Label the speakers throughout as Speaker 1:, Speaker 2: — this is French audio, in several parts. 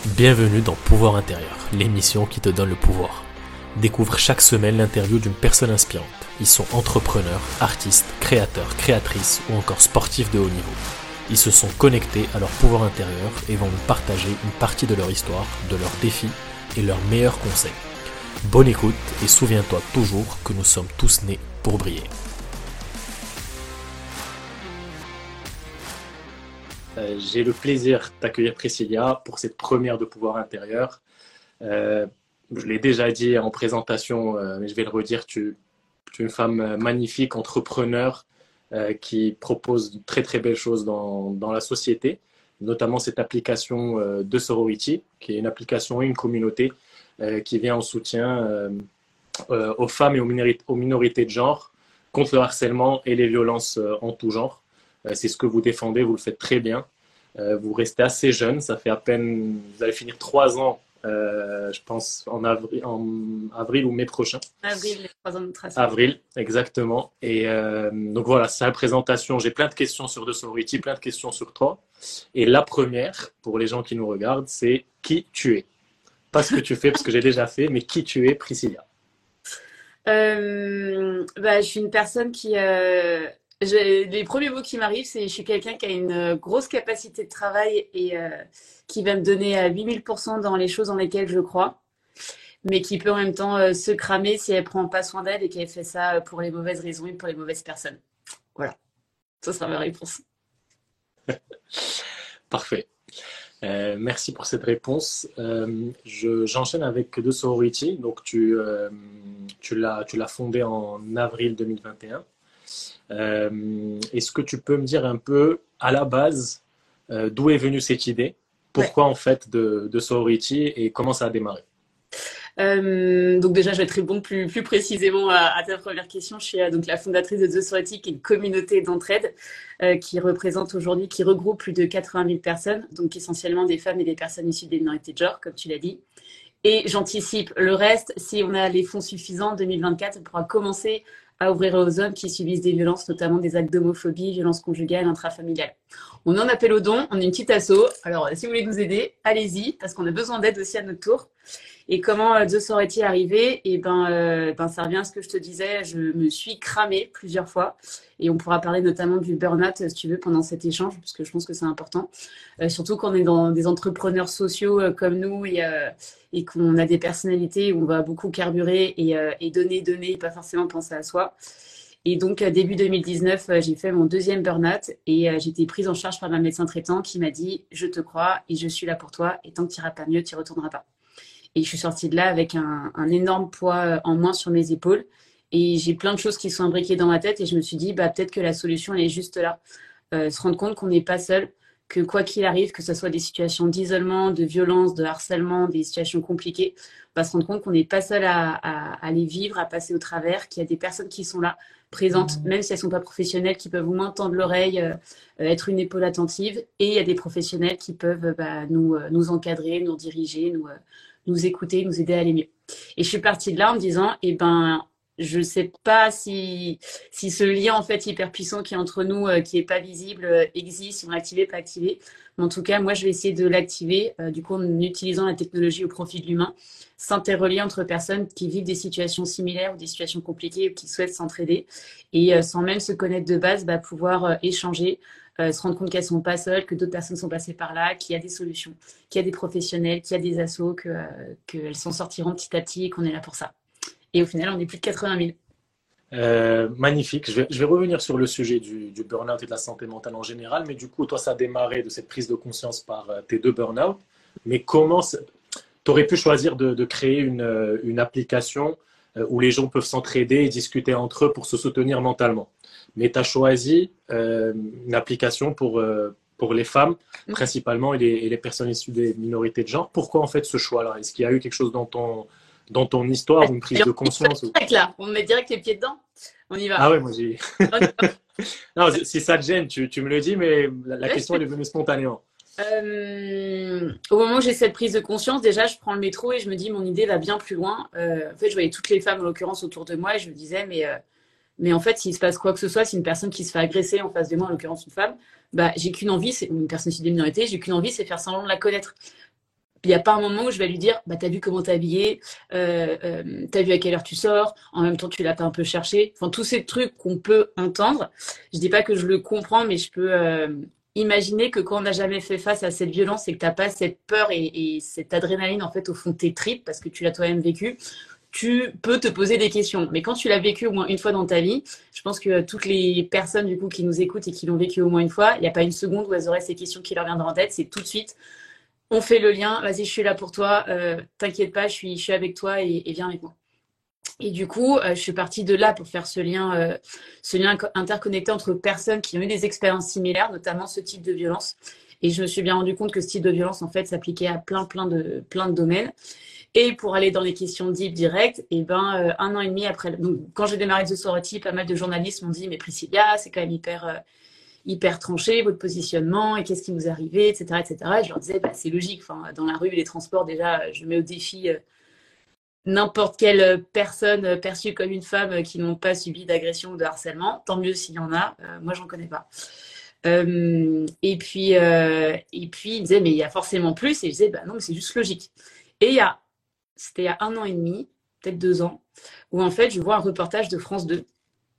Speaker 1: Bienvenue dans Pouvoir intérieur, l'émission qui te donne le pouvoir. Découvre chaque semaine l'interview d'une personne inspirante. Ils sont entrepreneurs, artistes, créateurs, créatrices ou encore sportifs de haut niveau. Ils se sont connectés à leur pouvoir intérieur et vont nous partager une partie de leur histoire, de leurs défis et leurs meilleurs conseils. Bonne écoute et souviens-toi toujours que nous sommes tous nés pour briller. J'ai le plaisir d'accueillir Priscilla pour cette première de Pouvoir intérieur. Je l'ai déjà dit en présentation, mais je vais le redire, tu es une femme magnifique, entrepreneur, qui propose de très très belles choses dans la société, notamment cette application de Sorority, qui est une application et une communauté qui vient en soutien aux femmes et aux minorités de genre, contre le harcèlement et les violences en tout genre. C'est ce que vous défendez, vous le faites très bien. Vous restez assez jeune, ça fait à peine, vous allez finir 3 ans, je pense, en avril ou mai prochain.
Speaker 2: Avril, les 3 ans de trace.
Speaker 1: Avril, exactement. Et donc voilà, c'est la présentation. J'ai plein de questions sur The Sorority, plein de questions sur toi. Et la première, pour les gens qui nous regardent, c'est qui tu es. Pas ce que tu fais, parce que j'ai déjà fait, mais qui tu es, Priscilla.
Speaker 2: Je suis une personne qui... les premiers mots qui m'arrivent, c'est je suis quelqu'un qui a une grosse capacité de travail et qui va me donner à 8000% dans les choses dans lesquelles je crois, mais qui peut en même temps se cramer si elle prend pas soin d'elle et qu'elle fait ça pour les mauvaises raisons et pour les mauvaises personnes. Voilà, ça sera ma réponse.
Speaker 1: Parfait. Merci pour cette réponse. J'enchaîne avec The Sorority. Donc, tu l'as fondé en avril 2021. Est-ce que tu peux me dire un peu, à la base, d'où est venue cette idée? Pourquoi, en fait, de Sorority et comment ça a démarré?
Speaker 2: Donc déjà, je vais te répondre plus précisément à ta première question. Je suis donc la fondatrice de The Sorority, qui est une communauté d'entraide qui représente aujourd'hui, qui regroupe plus de 80 000 personnes, donc essentiellement des femmes et des personnes issues des minorités de genre, comme tu l'as dit. Et j'anticipe le reste. Si on a les fonds suffisants, 2024, on pourra commencer à ouvrir aux hommes qui subissent des violences, notamment des actes d'homophobie, violences conjugales, intrafamiliales. On en appelle aux dons, on est une petite asso. Alors, si vous voulez nous aider, allez-y, parce qu'on a besoin d'aide aussi à notre tour. Et comment The Sorority est arrivé? Et ça revient à ce que je te disais, je me suis cramée plusieurs fois. Et on pourra parler notamment du burn-out, si tu veux, pendant cet échange, parce que je pense que c'est important. Surtout quand on est dans des entrepreneurs sociaux comme nous et qu'on a des personnalités où on va beaucoup carburer et donner, et pas forcément penser à soi. Et donc, début 2019, j'ai fait mon deuxième burn-out et j'ai été prise en charge par ma médecin traitant qui m'a dit « Je te crois et je suis là pour toi et tant que tu n'iras pas mieux, tu n'y retourneras pas ». Et je suis sortie de là avec un énorme poids en moins sur mes épaules. Et j'ai plein de choses qui sont imbriquées dans ma tête. Et je me suis dit, peut-être que la solution, elle est juste là. Se rendre compte qu'on n'est pas seul, que quoi qu'il arrive, que ce soit des situations d'isolement, de violence, de harcèlement, des situations compliquées, se rendre compte qu'on n'est pas seul à les vivre, à passer au travers, qu'il y a des personnes qui sont là, présentes, même si elles ne sont pas professionnelles, qui peuvent au moins tendre l'oreille, être une épaule attentive. Et il y a des professionnels qui peuvent nous encadrer, nous diriger, nous écouter, nous aider à aller mieux. Et je suis partie de là en me disant, je sais pas si ce lien en fait hyper puissant qui est entre nous, qui est pas visible, existe, si on l'active, pas activé. Mais en tout cas, moi, je vais essayer de l'activer, du coup, en utilisant la technologie au profit de l'humain, s'interrelier entre personnes qui vivent des situations similaires ou des situations compliquées ou qui souhaitent s'entraider et sans même se connaître de base, pouvoir échanger, se rendre compte qu'elles sont pas seules, que d'autres personnes sont passées par là, qu'il y a des solutions, qu'il y a des professionnels, qu'il y a des assos, qu'elles s'en sortiront petit à petit et qu'on est là pour ça. Et au final, on est plus de 80 000.
Speaker 1: Magnifique. Je vais revenir sur le sujet du burn-out et de la santé mentale en général, mais du coup, toi, ça a démarré de cette prise de conscience par tes 2 burn-out. Mais comment tu aurais pu choisir de créer une application où les gens peuvent s'entraider et discuter entre eux pour se soutenir mentalement? Mais tu as choisi une application pour les femmes, principalement, et les personnes issues des minorités de genre. Pourquoi, en fait, ce choix-là? Est-ce qu'il y a eu quelque chose dans ton histoire, une prise de conscience
Speaker 2: Là, on met direct les pieds dedans. On y va.
Speaker 1: Ah ouais, moi j'ai... Non, si ça te gêne, tu me le dis, mais la question elle est venue spontanément.
Speaker 2: Au moment où j'ai cette prise de conscience, déjà, je prends le métro et je me dis, mon idée va bien plus loin. En fait, je voyais toutes les femmes, en l'occurrence, autour de moi et je me disais, mais en fait, s'il se passe quoi que ce soit, si une personne qui se fait agresser en face de moi, en l'occurrence une femme, j'ai qu'une envie, c'est une personne issue des minorités, j'ai qu'une envie, c'est faire semblant de la connaître. il n'y a pas un moment où je vais lui dire, bah, t'as vu comment t'es habillée, t'as vu à quelle heure tu sors, en même temps tu l'as pas un peu cherché. Enfin, tous ces trucs qu'on peut entendre. Je dis pas que je le comprends, mais je peux imaginer que quand on n'a jamais fait face à cette violence et que t'as pas cette peur et cette adrénaline en fait au fond de tes tripes parce que tu l'as toi-même vécu, tu peux te poser des questions. Mais quand tu l'as vécu au moins une fois dans ta vie, je pense que toutes les personnes du coup qui nous écoutent et qui l'ont vécu au moins une fois, il n'y a pas une seconde où elles auraient ces questions qui leur viendront en tête. C'est tout de suite, on fait le lien, vas-y, je suis là pour toi, t'inquiète pas, je suis avec toi et viens avec moi. Et du coup, je suis partie de là pour faire ce lien interconnecté entre personnes qui ont eu des expériences similaires, notamment ce type de violence. Et je me suis bien rendu compte que ce type de violence, en fait, s'appliquait à plein de domaines. Et pour aller dans les questions deep directes, et ben, 1 an et demi après, donc, quand j'ai démarré The Sorority, pas mal de journalistes m'ont dit, mais Priscilla, c'est quand même hyper tranché, votre positionnement, et qu'est-ce qui vous est arrivé, etc., etc. Et je leur disais, bah, c'est logique. Enfin, dans la rue, les transports, déjà, je mets au défi n'importe quelle personne perçue comme une femme qui n'ont pas subi d'agression ou de harcèlement. Tant mieux s'il y en a. Moi, j'en connais pas. Et puis, il disait, mais il y a forcément plus. Et je disais, bah non, mais c'est juste logique. Et c'était il y a 1 an et demi, peut-être 2 ans, où en fait, je vois un reportage de France 2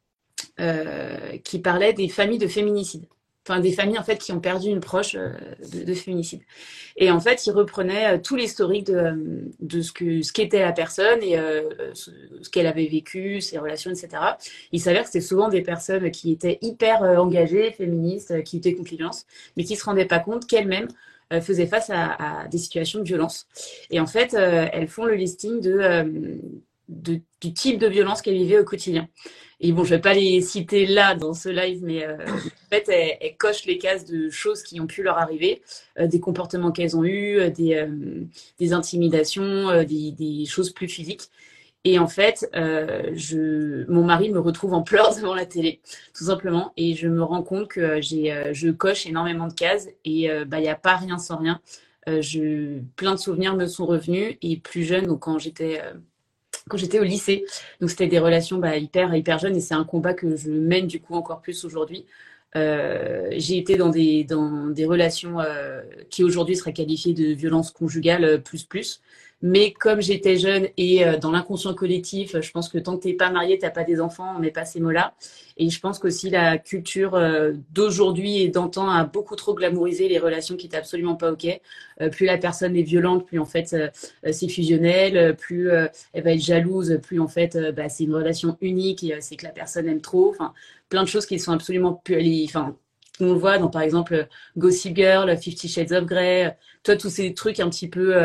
Speaker 2: qui parlait des familles de féminicides. Enfin, des familles en fait qui ont perdu une proche de féminicide. Et en fait, il reprenait tout l'historique de ce qu'était la personne et ce qu'elle avait vécu, ses relations, etc. Il s'avère que c'était souvent des personnes qui étaient hyper engagées, féministes, qui luttaient contre les violences, mais qui se rendaient pas compte qu'elles-mêmes faisaient face à des situations de violence. Et en fait, elles font le listing du type de violence qu'elles vivaient au quotidien. Et bon, je vais pas les citer là dans ce live, mais en fait, elles cochent les cases de choses qui ont pu leur arriver, des comportements qu'elles ont eus, des intimidations, des choses plus physiques. Et en fait, mon mari me retrouve en pleurs devant la télé, tout simplement, et je me rends compte que je coche énormément de cases et bah, il n'y a pas rien sans rien. Plein de souvenirs me sont revenus et plus jeune, donc quand j'étais au lycée. Donc c'était des relations bah, hyper jeunes et c'est un combat que je mène du coup encore plus aujourd'hui. J'ai été dans des relations qui aujourd'hui seraient qualifiées de violence conjugale plus. Mais comme j'étais jeune et dans l'inconscient collectif, je pense que tant que t'es pas marié, t'as pas des enfants, on met pas ces mots-là. Et je pense qu'aussi la culture d'aujourd'hui et d'antan a beaucoup trop glamourisé les relations qui étaient absolument pas ok. Plus la personne est violente, plus en fait c'est fusionnel, plus elle va être jalouse, plus en fait bah, c'est une relation unique et c'est que la personne aime trop. Enfin, plein de choses qui sont absolument plus, enfin, on le voit dans par exemple Gossip Girl, 50 Shades of Grey, toi tous ces trucs un petit peu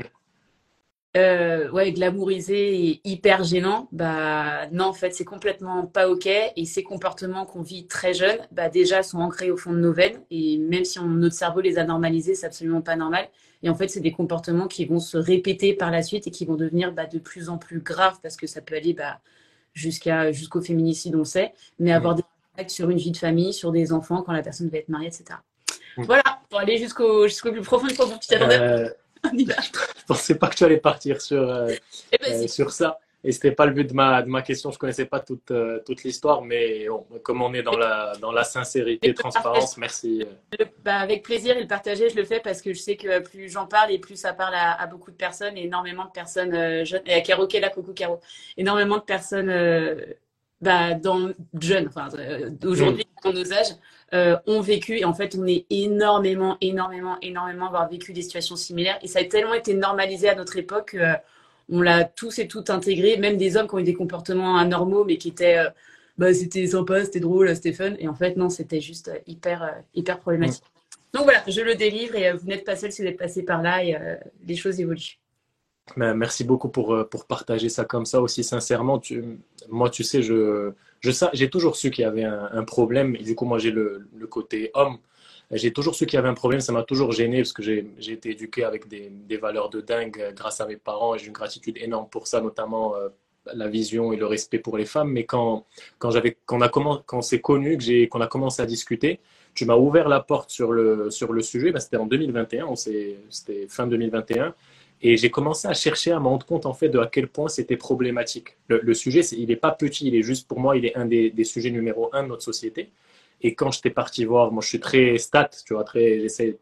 Speaker 2: ouais, glamourisés et hyper gênants, bah non en fait c'est complètement pas ok et ces comportements qu'on vit très jeunes, bah déjà sont ancrés au fond de nos veines et même si notre cerveau les a normalisés, c'est absolument pas normal. Et en fait, c'est des comportements qui vont se répéter par la suite et qui vont devenir bah, de plus en plus graves parce que ça peut aller bah, jusqu'au féminicide, on le sait, mais avoir des impacts sur une vie de famille, sur des enfants, quand la personne va être mariée, etc. Voilà, pour aller jusqu'au plus profond du profond. Tu t'attendais
Speaker 1: Euh,
Speaker 2: On y va.
Speaker 1: je pensais pas que tu allais partir
Speaker 2: Eh ben, si.
Speaker 1: sur ça. Et c'était pas le but de ma question. Je connaissais pas toute l'histoire, mais bon, comme on est dans la
Speaker 2: Et
Speaker 1: sincérité,
Speaker 2: le partage,
Speaker 1: transparence, merci.
Speaker 2: bah, avec plaisir, et le partager, je le fais parce que je sais que plus j'en parle et plus ça parle à beaucoup de personnes, et énormément de personnes jeunes. Et à Caro qui est là, coucou Caro. Énormément de personnes bah, jeunes, enfin, aujourd'hui, dans nos âges, ont vécu. Et en fait, on est énormément avoir vécu des situations similaires. Et ça a tellement été normalisé à notre époque on l'a tous et toutes intégré, même des hommes qui ont eu des comportements anormaux, mais qui étaient, bah, c'était sympa, c'était drôle, c'était fun. Et en fait, non, c'était juste hyper
Speaker 1: Mm.
Speaker 2: problématique. Donc voilà, je le délivre et vous n'êtes pas seul si vous êtes passé par là et les choses évoluent.
Speaker 1: Ben, merci beaucoup pour partager ça comme ça aussi sincèrement. Moi, tu sais, j'ai toujours su qu'il y avait un problème. Et du coup, moi, j'ai le côté homme. J'ai toujours su qu'il y avait un problème. Ça m'a toujours gêné parce que j'ai été éduqué avec des valeurs de dingue grâce à mes parents. Et j'ai une gratitude énorme pour ça, notamment la vision et le respect pour les femmes. Mais quand c'est connu, qu'on a commencé à discuter, tu m'as ouvert la porte sur le sujet. Ben, c'était en 2021. C'était fin 2021. Et j'ai commencé à chercher, à me rendre compte en fait de à quel point c'était problématique. Le sujet, il n'est pas petit, il est juste pour moi, il est un des sujets numéro un de notre société. Et quand j'étais parti voir, moi je suis très stat, tu vois, j'essaie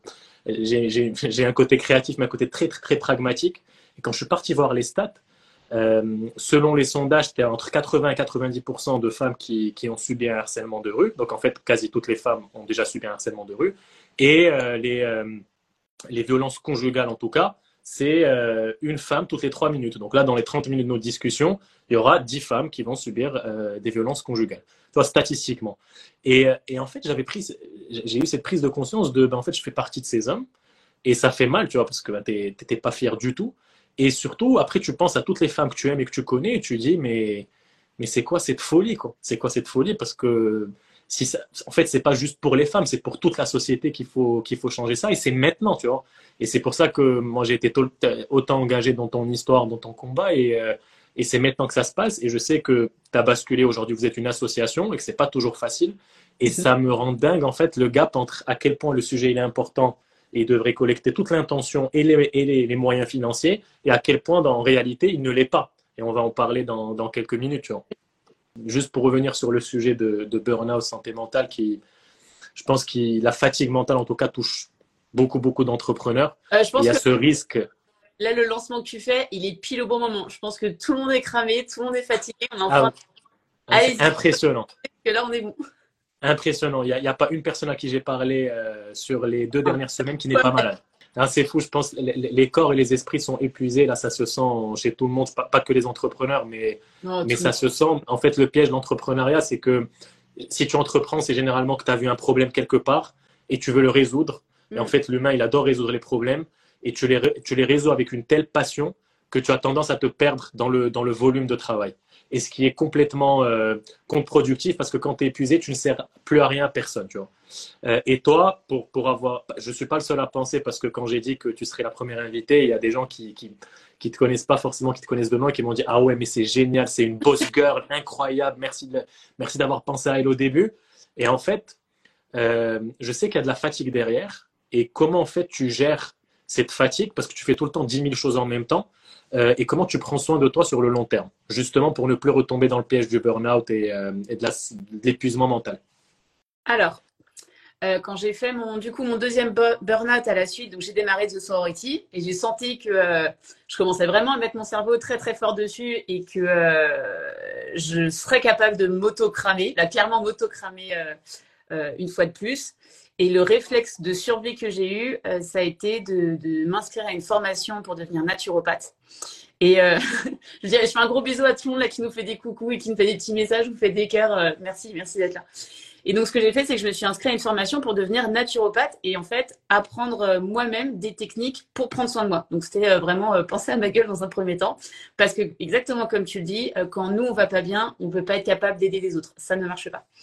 Speaker 1: j'ai un côté créatif, mais un côté très, très, très pragmatique. Et quand je suis parti voir les stats, selon les sondages, c'était entre 80 et 90% de femmes qui ont subi un harcèlement de rue. Donc en fait, quasi toutes les femmes ont déjà subi un harcèlement de rue. Et les violences conjugales, en tout cas, c'est une femme toutes les 3 minutes. Donc là, dans les 30 minutes de notre discussion, il y aura 10 femmes qui vont subir des violences conjugales, tu vois, statistiquement. Et en fait, j'ai eu cette prise de conscience de, ben, en fait, je fais partie de ces hommes, et ça fait mal, tu vois, parce que ben, t'étais pas fier du tout. Et surtout, après, tu penses à toutes les femmes que tu aimes et que tu connais, et tu dis, mais c'est quoi cette folie, quoi? C'est quoi cette folie? Parce que si ça, en fait, c'est pas juste pour les femmes, c'est pour toute la société qu'il faut changer ça, et c'est maintenant, tu vois. Et c'est pour ça que moi, j'ai été autant engagé dans ton histoire, dans ton combat, et c'est maintenant que ça se passe. Et je sais que tu as basculé aujourd'hui, vous êtes une association, et que c'est pas toujours facile. Et ça me rend dingue, en fait, le gap entre à quel point le sujet il est important et devrait collecter toute l'intention et les moyens financiers, et à quel point, en réalité, il ne l'est pas. Et on va en parler dans quelques minutes, tu vois. Juste pour revenir sur le sujet de burn-out, santé mentale, je pense que la fatigue mentale, en tout cas, touche beaucoup, beaucoup d'entrepreneurs.
Speaker 2: Je pense
Speaker 1: il y a
Speaker 2: que
Speaker 1: ce risque.
Speaker 2: là, le lancement que tu fais, il est pile au bon moment. Je pense que tout le monde est cramé, tout le monde est fatigué. On est
Speaker 1: Ah,
Speaker 2: enfin. Allez-y,
Speaker 1: c'est impressionnant.
Speaker 2: parce que là, on est bon.
Speaker 1: Impressionnant. Il y a pas une personne à qui j'ai parlé sur les 2 dernières semaines qui n'est pas malade. Hein, c'est fou, je pense. Les corps et les esprits sont épuisés. Là, ça se sent chez tout le monde, pas que les entrepreneurs,
Speaker 2: Non,
Speaker 1: mais
Speaker 2: tout le
Speaker 1: ça se sent. En fait, le piège de l'entrepreneuriat, c'est que si tu entreprends, c'est généralement que tu as vu un problème quelque part et tu veux le résoudre. Et en
Speaker 2: monde.
Speaker 1: fait, l'humain, il adore résoudre les problèmes, et tu les résous avec une telle passion que tu as tendance à te perdre dans le volume de travail. Et ce qui est complètement contre-productif, parce que quand tu es épuisé, tu ne sers plus à rien à personne. Tu vois. Et toi, pour avoir. Je ne suis pas le seul à penser, parce que quand j'ai dit que tu serais la première invitée, il y a des gens qui te connaissent pas forcément, qui te connaissent de loin, qui m'ont dit: ah ouais, mais c'est génial, c'est une boss girl incroyable, merci d'avoir pensé à elle au début. Et en fait, je sais qu'il y a de la fatigue derrière. Et comment en fait tu gères cette fatigue, parce que tu fais tout le temps 10 000 choses en même temps, et comment tu prends soin de toi sur le long terme, justement pour ne plus retomber dans le piège du burn-out et de l'épuisement mental.
Speaker 2: Alors, quand j'ai fait mon deuxième burn-out à la suite, donc j'ai démarré The Sorority et j'ai senti que je commençais vraiment à mettre mon cerveau très très fort dessus et que je serais capable de m'auto-cramer, là clairement m'auto-cramer une fois de plus. Et le réflexe de survie que j'ai eu, ça a été de m'inscrire à une formation pour devenir naturopathe. Et je fais un gros bisou à tout le monde là qui nous fait des coucous et qui nous fait des petits messages, nous fait des cœurs. Merci d'être là. Et donc, ce que j'ai fait, c'est que je me suis inscrite à une formation pour devenir naturopathe et en fait, apprendre moi-même des techniques pour prendre soin de moi. Donc, c'était vraiment penser à ma gueule dans un premier temps. Parce que, exactement comme tu le dis, quand nous, on va pas bien, on peut pas être capable d'aider les autres. Ça ne marche pas.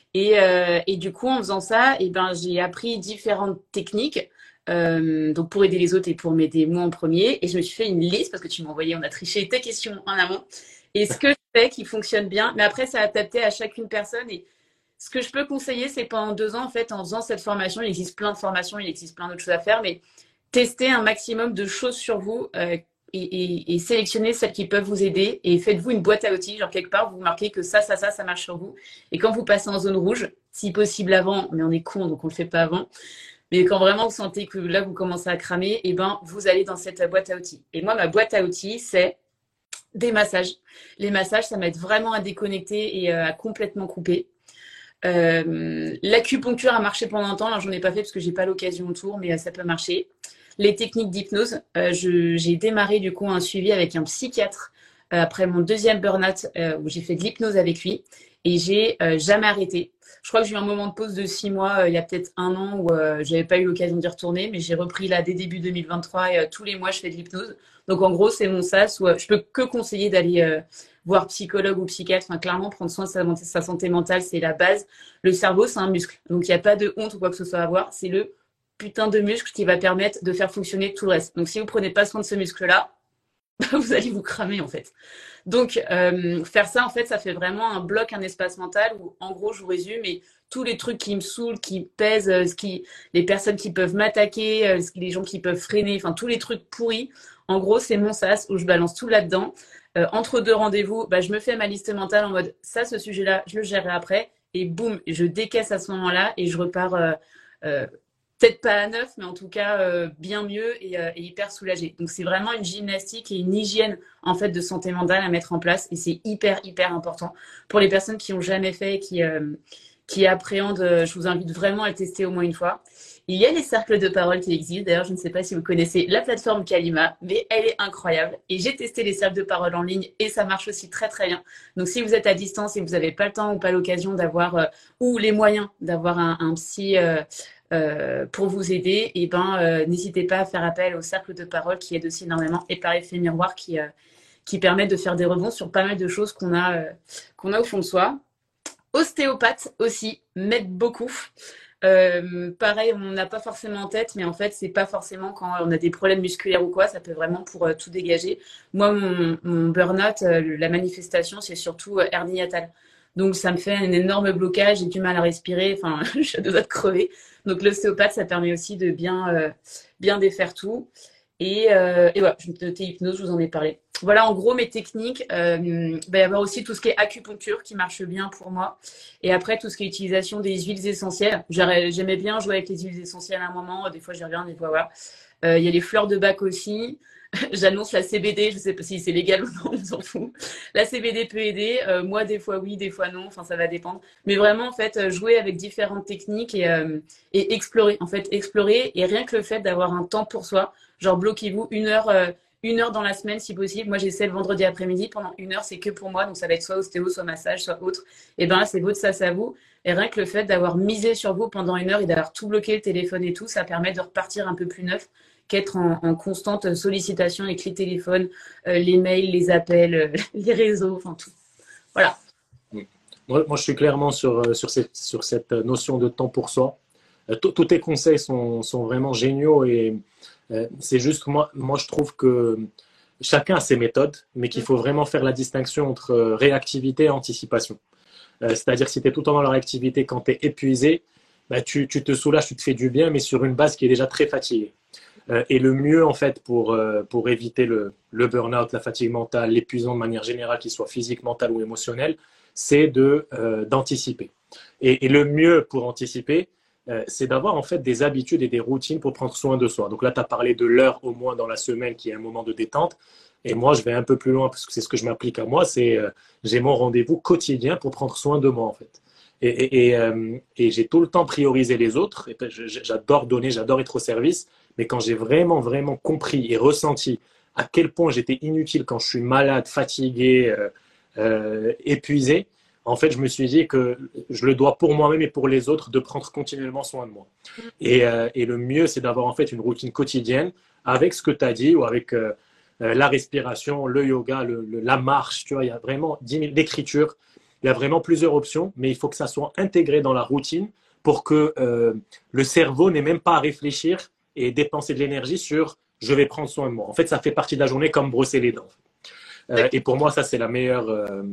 Speaker 2: Et du coup, en faisant ça, j'ai appris différentes techniques. Donc pour aider les autres et pour m'aider moi en premier. Et je me suis fait une liste parce que tu m'as envoyé, on a triché tes questions en amont. Et ce que je fais qui fonctionne bien, mais après, c'est adapté à chacune personne. Et ce que je peux conseiller, c'est pendant 2 ans, en fait, en faisant cette formation, il existe plein de formations, il existe plein d'autres choses à faire, mais testez un maximum de choses sur vous et sélectionnez celles qui peuvent vous aider et faites-vous une boîte à outils, genre quelque part, vous marquez que ça marche sur vous. Et quand vous passez en zone rouge, si possible avant, mais on est con, donc on le fait pas avant, mais quand vraiment vous sentez que là, vous commencez à cramer, et vous allez dans cette boîte à outils. Et moi, ma boîte à outils, c'est des massages. Les massages, ça m'aide vraiment à déconnecter et à complètement couper. L'acupuncture a marché pendant un temps. Alors, j'en ai pas fait parce que j'ai pas l'occasion autour, mais ça peut marcher. Les techniques d'hypnose. J'ai démarré du coup un suivi avec un psychiatre après mon deuxième burn-out où j'ai fait de l'hypnose avec lui et j'ai jamais arrêté. Je crois que j'ai eu un moment de pause de 6 mois il y a peut-être 1 an où j'avais pas eu l'occasion d'y retourner, mais j'ai repris là dès début 2023 et tous les mois je fais de l'hypnose. Donc en gros c'est mon sas où je peux que conseiller d'aller voir psychologue ou psychiatre. Enfin clairement prendre soin de sa santé mentale c'est la base. Le cerveau c'est un muscle, donc il n'y a pas de honte ou quoi que ce soit à avoir. C'est le putain de muscle qui va permettre de faire fonctionner tout le reste. Donc si vous prenez pas soin de ce muscle là, vous allez vous cramer en fait. Donc faire ça en fait ça fait vraiment un bloc, un espace mental où en gros je vous résume et tous les trucs qui me saoulent, qui pèsent, les personnes qui peuvent m'attaquer, les gens qui peuvent freiner, enfin tous les trucs pourris, en gros c'est mon sas où je balance tout là-dedans. Entre 2 rendez-vous, je me fais ma liste mentale en mode ça ce sujet-là je le gérerai après et boum je décaisse à ce moment-là et je repars peut-être pas à neuf, mais en tout cas bien mieux et hyper soulagée. Donc c'est vraiment une gymnastique et une hygiène en fait de santé mentale à mettre en place et c'est hyper important pour les personnes qui ont jamais fait et qui appréhendent. Je vous invite vraiment à le tester au moins une fois. Il y a les cercles de parole qui existent. D'ailleurs, je ne sais pas si vous connaissez la plateforme Kalima, mais elle est incroyable. Et j'ai testé les cercles de parole en ligne et ça marche aussi très bien. Donc, si vous êtes à distance et que vous n'avez pas le temps ou pas l'occasion d'avoir ou les moyens d'avoir un psy pour vous aider, et n'hésitez pas à faire appel au cercle de parole qui aide aussi énormément et par effet miroir qui permet de faire des rebonds sur pas mal de choses qu'on a au fond de soi. Ostéopathe aussi m'aide beaucoup. Pareil, on n'a pas forcément en tête, mais en fait, c'est pas forcément quand on a des problèmes musculaires ou quoi, ça peut vraiment pour tout dégager. Moi, mon burn-out, la manifestation, c'est surtout hernie hiatale. Donc, ça me fait un énorme blocage, j'ai du mal à respirer, enfin, je suis à deux doigts de crever. Donc, l'ostéopathe, ça permet aussi de bien défaire tout. Et voilà, je me hypnose, je vous en ai parlé. Voilà, en gros, mes techniques. Il va y avoir aussi tout ce qui est acupuncture qui marche bien pour moi. Et après, tout ce qui est utilisation des huiles essentielles. J'aimais bien jouer avec les huiles essentielles à un moment. Des fois, j'y reviens, des fois, voilà. Il y a les fleurs de bac aussi. J'annonce la CBD. Je ne sais pas si c'est légal ou non, on s'en fout. La CBD peut aider. Moi, des fois, oui, des fois, non. Enfin, ça va dépendre. Mais vraiment, en fait, jouer avec différentes techniques et explorer. En fait, explorer. Et rien que le fait d'avoir un temps pour soi. Genre, bloquez-vous une heure dans la semaine si possible. Moi, j'essaie le vendredi après-midi. Pendant une heure, c'est que pour moi. Donc, ça va être soit ostéo, soit massage, soit autre. Et là, c'est votre sas à vous. Et rien que le fait d'avoir misé sur vous pendant une heure et d'avoir tout bloqué, le téléphone et tout, ça permet de repartir un peu plus neuf qu'être en constante sollicitation avec les téléphones, les mails, les appels, les réseaux, enfin tout. Voilà.
Speaker 1: Moi, je suis clairement sur cette notion de temps pour soi. Tous tes conseils sont vraiment géniaux et c'est juste que moi, je trouve que chacun a ses méthodes, mais qu'il faut vraiment faire la distinction entre réactivité et anticipation. C'est-à-dire que si tu es tout le temps dans la réactivité, quand tu es épuisé, tu te soulages, tu te fais du bien, mais sur une base qui est déjà très fatiguée. Et le mieux, en fait, pour éviter le burn-out, la fatigue mentale, l'épuisement de manière générale, qu'il soit physique, mental ou émotionnel, c'est d'anticiper. Et le mieux pour anticiper, c'est d'avoir en fait des habitudes et des routines pour prendre soin de soi. Donc là, tu as parlé de l'heure au moins dans la semaine qui est un moment de détente. Et moi, je vais un peu plus loin parce que c'est ce que je m'applique à moi. C'est j'ai mon rendez-vous quotidien pour prendre soin de moi en fait. Et j'ai tout le temps priorisé les autres. Et j'adore donner, j'adore être au service. Mais quand j'ai vraiment compris et ressenti à quel point j'étais inutile quand je suis malade, fatigué, épuisé, en fait, je me suis dit que je le dois pour moi-même et pour les autres de prendre continuellement soin de moi. Et le mieux, c'est d'avoir en fait une routine quotidienne avec ce que tu as dit ou avec la respiration, le yoga, la marche. Tu vois, il y a vraiment 10 000 l'écriture. Il y a vraiment plusieurs options, mais il faut que ça soit intégré dans la routine pour que le cerveau n'ait même pas à réfléchir et dépenser de l'énergie sur je vais prendre soin de moi. En fait, ça fait partie de la journée comme brosser les dents. Et pour moi, ça, c'est la meilleure,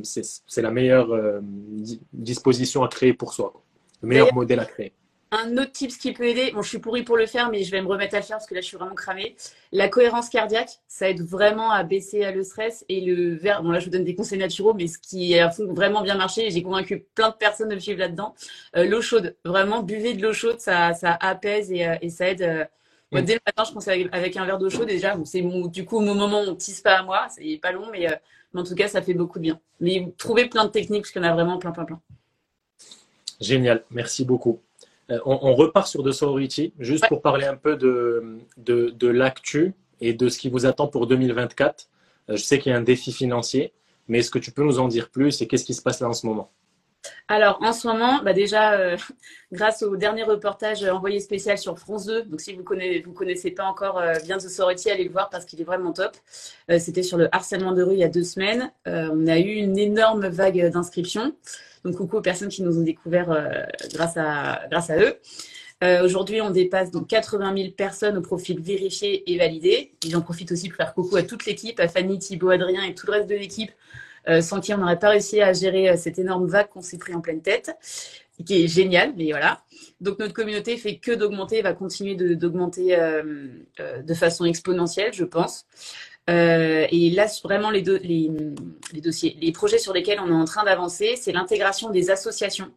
Speaker 1: disposition à créer pour soi, quoi. Le meilleur modèle à créer.
Speaker 2: Un autre tip qui peut aider, bon, je suis pourrie pour le faire, mais je vais me remettre à le faire parce que là, je suis vraiment cramée. La cohérence cardiaque, ça aide vraiment à baisser le stress et le verre. Bon, là, je vous donne des conseils naturels, mais ce qui a vraiment bien marché, et j'ai convaincu plein de personnes de me suivre là-dedans. L'eau chaude, vraiment, buvez de l'eau chaude, ça apaise et ça aide. Moi, dès le matin, je pense avec un verre d'eau chaude, déjà, c'est du coup, au moment où on ne tisse pas à moi, c'est pas long, mais en tout cas, ça fait beaucoup de bien. Mais trouvez plein de techniques parce qu'il y en a vraiment plein.
Speaker 1: Génial, merci beaucoup. On repart sur The Sorority, juste pour parler un peu de l'actu et de ce qui vous attend pour 2024. Je sais qu'il y a un défi financier, mais est-ce que tu peux nous en dire plus et qu'est-ce qui se passe là en ce moment?
Speaker 2: Alors, en ce moment, déjà, grâce au dernier reportage envoyé spécial sur France 2, donc si vous connaissez pas encore bien The Sorority, allez le voir parce qu'il est vraiment top. C'était sur le harcèlement de rue il y a 2 semaines. On a eu une énorme vague d'inscriptions. Donc, coucou aux personnes qui nous ont découvert grâce à eux. Aujourd'hui, on dépasse donc 80 000 personnes au profil vérifié et validé. Et j'en profite aussi pour faire coucou à toute l'équipe, à Fanny, Thibaut, Adrien et tout le reste de l'équipe, sans qui on n'aurait pas réussi à gérer cette énorme vague qu'on s'est pris en pleine tête, qui est géniale, mais voilà. Donc, notre communauté fait que d'augmenter, va continuer d'augmenter de façon exponentielle, je pense. Et là, vraiment, les dossiers, les projets sur lesquels on est en train d'avancer, c'est l'intégration des associations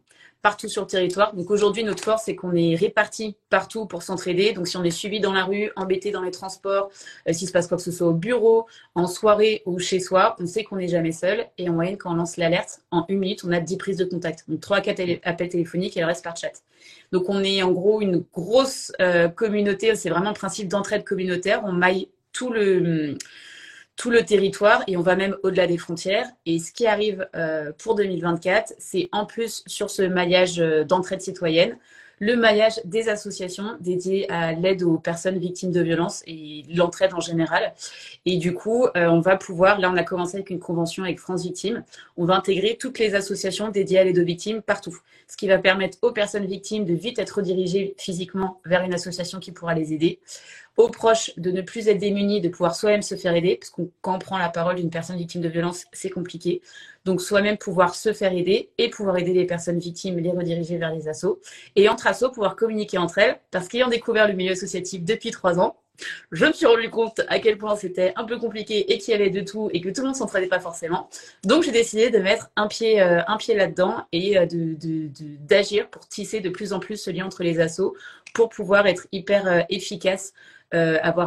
Speaker 2: partout sur le territoire. Donc aujourd'hui, notre force, c'est qu'on est répartis partout pour s'entraider. Donc si on est suivi dans la rue, embêté dans les transports, s'il se passe quoi que ce soit au bureau, en soirée ou chez soi, on sait qu'on n'est jamais seul. Et en moyenne, quand on lance l'alerte, en 1 minute, on a 10 prises de contact. Donc 3 à 4 appels téléphoniques et le reste par chat. Donc on est en gros une grosse communauté. C'est vraiment le principe d'entraide communautaire. On maille tout le territoire et on va même au-delà des frontières. Et ce qui arrive pour 2024, c'est en plus sur ce maillage d'entraide citoyenne, le maillage des associations dédiées à l'aide aux personnes victimes de violences et l'entraide en général. Et du coup, on va pouvoir, là on a commencé avec une convention avec France Victimes, on va intégrer toutes les associations dédiées à l'aide aux victimes partout. Ce qui va permettre aux personnes victimes de vite être redirigées physiquement vers une association qui pourra les aider, aux proches de ne plus être démunis, de pouvoir soi-même se faire aider, parce que quand on prend la parole d'une personne victime de violence, c'est compliqué. Donc soi-même pouvoir se faire aider et pouvoir aider les personnes victimes, les rediriger vers les assos. Et entre assos, pouvoir communiquer entre elles, parce qu'ayant découvert le milieu associatif depuis 3 ans, je me suis rendu compte à quel point c'était un peu compliqué et qu'il y avait de tout et que tout le monde s'entraidait pas forcément. Donc j'ai décidé de mettre un pied là-dedans et d'agir pour tisser de plus en plus ce lien entre les assos pour pouvoir être hyper efficace, avoir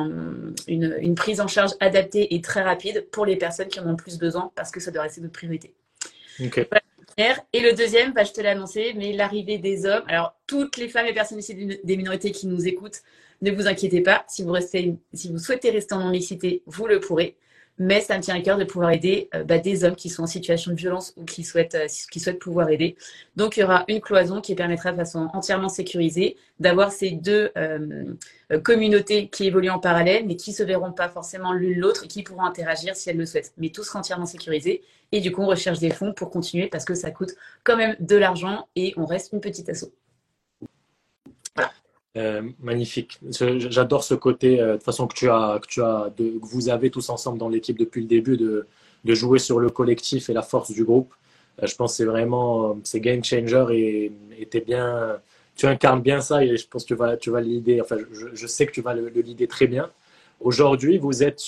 Speaker 2: une prise en charge adaptée et très rapide pour les personnes qui en ont le plus besoin parce que ça doit rester notre priorité.
Speaker 1: Ok.
Speaker 2: Et le deuxième, je te l'ai annoncé, mais l'arrivée des hommes. Alors, toutes les femmes et personnes issues des minorités qui nous écoutent, ne vous inquiétez pas. Si vous souhaitez rester en non-mixité, vous le pourrez. Mais ça me tient à cœur de pouvoir aider des hommes qui sont en situation de violence ou qui souhaitent pouvoir aider. Donc, il y aura une cloison qui permettra de façon entièrement sécurisée d'avoir ces deux communautés qui évoluent en parallèle, mais qui ne se verront pas forcément l'une l'autre et qui pourront interagir si elles le souhaitent. Mais tout sera entièrement sécurisé. Et du coup, on recherche des fonds pour continuer parce que ça coûte quand même de l'argent et on reste une petite asso.
Speaker 1: Voilà. Magnifique. J'adore ce côté, de toute façon, que vous avez tous ensemble dans l'équipe depuis le début, de jouer sur le collectif et la force du groupe. Je pense que c'est game changer et tu incarnes bien ça et je pense que tu vas le leader. Enfin, je sais que tu vas le leader très bien. Aujourd'hui, vous êtes